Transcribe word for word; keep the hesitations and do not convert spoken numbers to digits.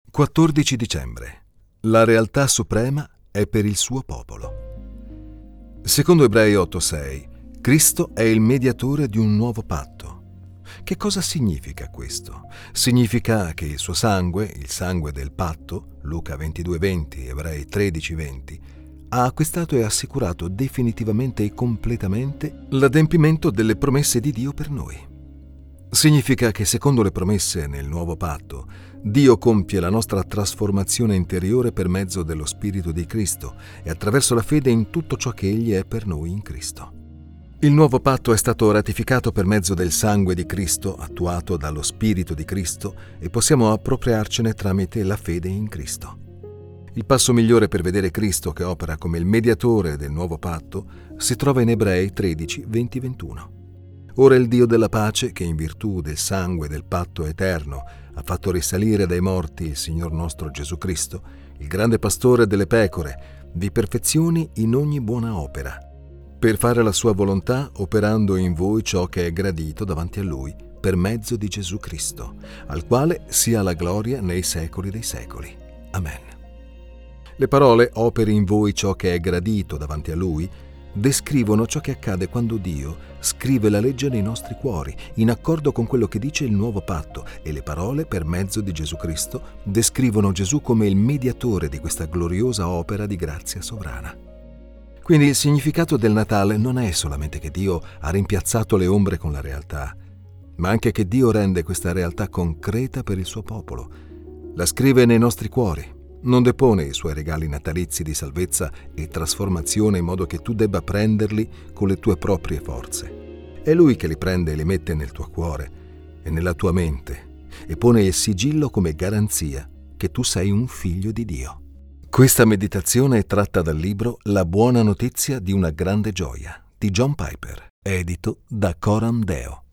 quattordici dicembre. La realtà suprema è per il suo popolo. Secondo Ebrei otto sei, Cristo è il mediatore di un nuovo patto. Che cosa significa questo? Significa che il suo sangue, il sangue del patto, Luca ventidue venti, Ebrei tredici venti, ha acquistato e assicurato definitivamente e completamente l'adempimento delle promesse di Dio per noi. Significa che secondo le promesse nel nuovo patto, Dio compie la nostra trasformazione interiore per mezzo dello Spirito di Cristo e attraverso la fede in tutto ciò che Egli è per noi in Cristo. Il nuovo patto è stato ratificato per mezzo del sangue di Cristo, attuato dallo Spirito di Cristo, e possiamo appropriarcene tramite la fede in Cristo. Il passo migliore per vedere Cristo che opera come il mediatore del nuovo patto si trova in Ebrei tredici venti ventuno. Ora il Dio della pace, che in virtù del sangue del patto eterno ha fatto risalire dai morti il Signor nostro Gesù Cristo, il grande pastore delle pecore, vi perfezioni in ogni buona opera, per fare la sua volontà, operando in voi ciò che è gradito davanti a Lui, per mezzo di Gesù Cristo, al quale sia la gloria nei secoli dei secoli. Amen. Le parole «operi in voi ciò che è gradito davanti a Lui» descrivono ciò che accade quando Dio scrive la legge nei nostri cuori, in accordo con quello che dice il nuovo patto, e le parole, per mezzo di Gesù Cristo, descrivono Gesù come il mediatore di questa gloriosa opera di grazia sovrana. Quindi il significato del Natale non è solamente che Dio ha rimpiazzato le ombre con la realtà, ma anche che Dio rende questa realtà concreta per il suo popolo. La scrive nei nostri cuori. Non depone i suoi regali natalizi di salvezza e trasformazione in modo che tu debba prenderli con le tue proprie forze. È Lui che li prende e li mette nel tuo cuore e nella tua mente e pone il sigillo come garanzia che tu sei un figlio di Dio. Questa meditazione è tratta dal libro La buona notizia di una grande gioia di John Piper, edito da Coram Deo.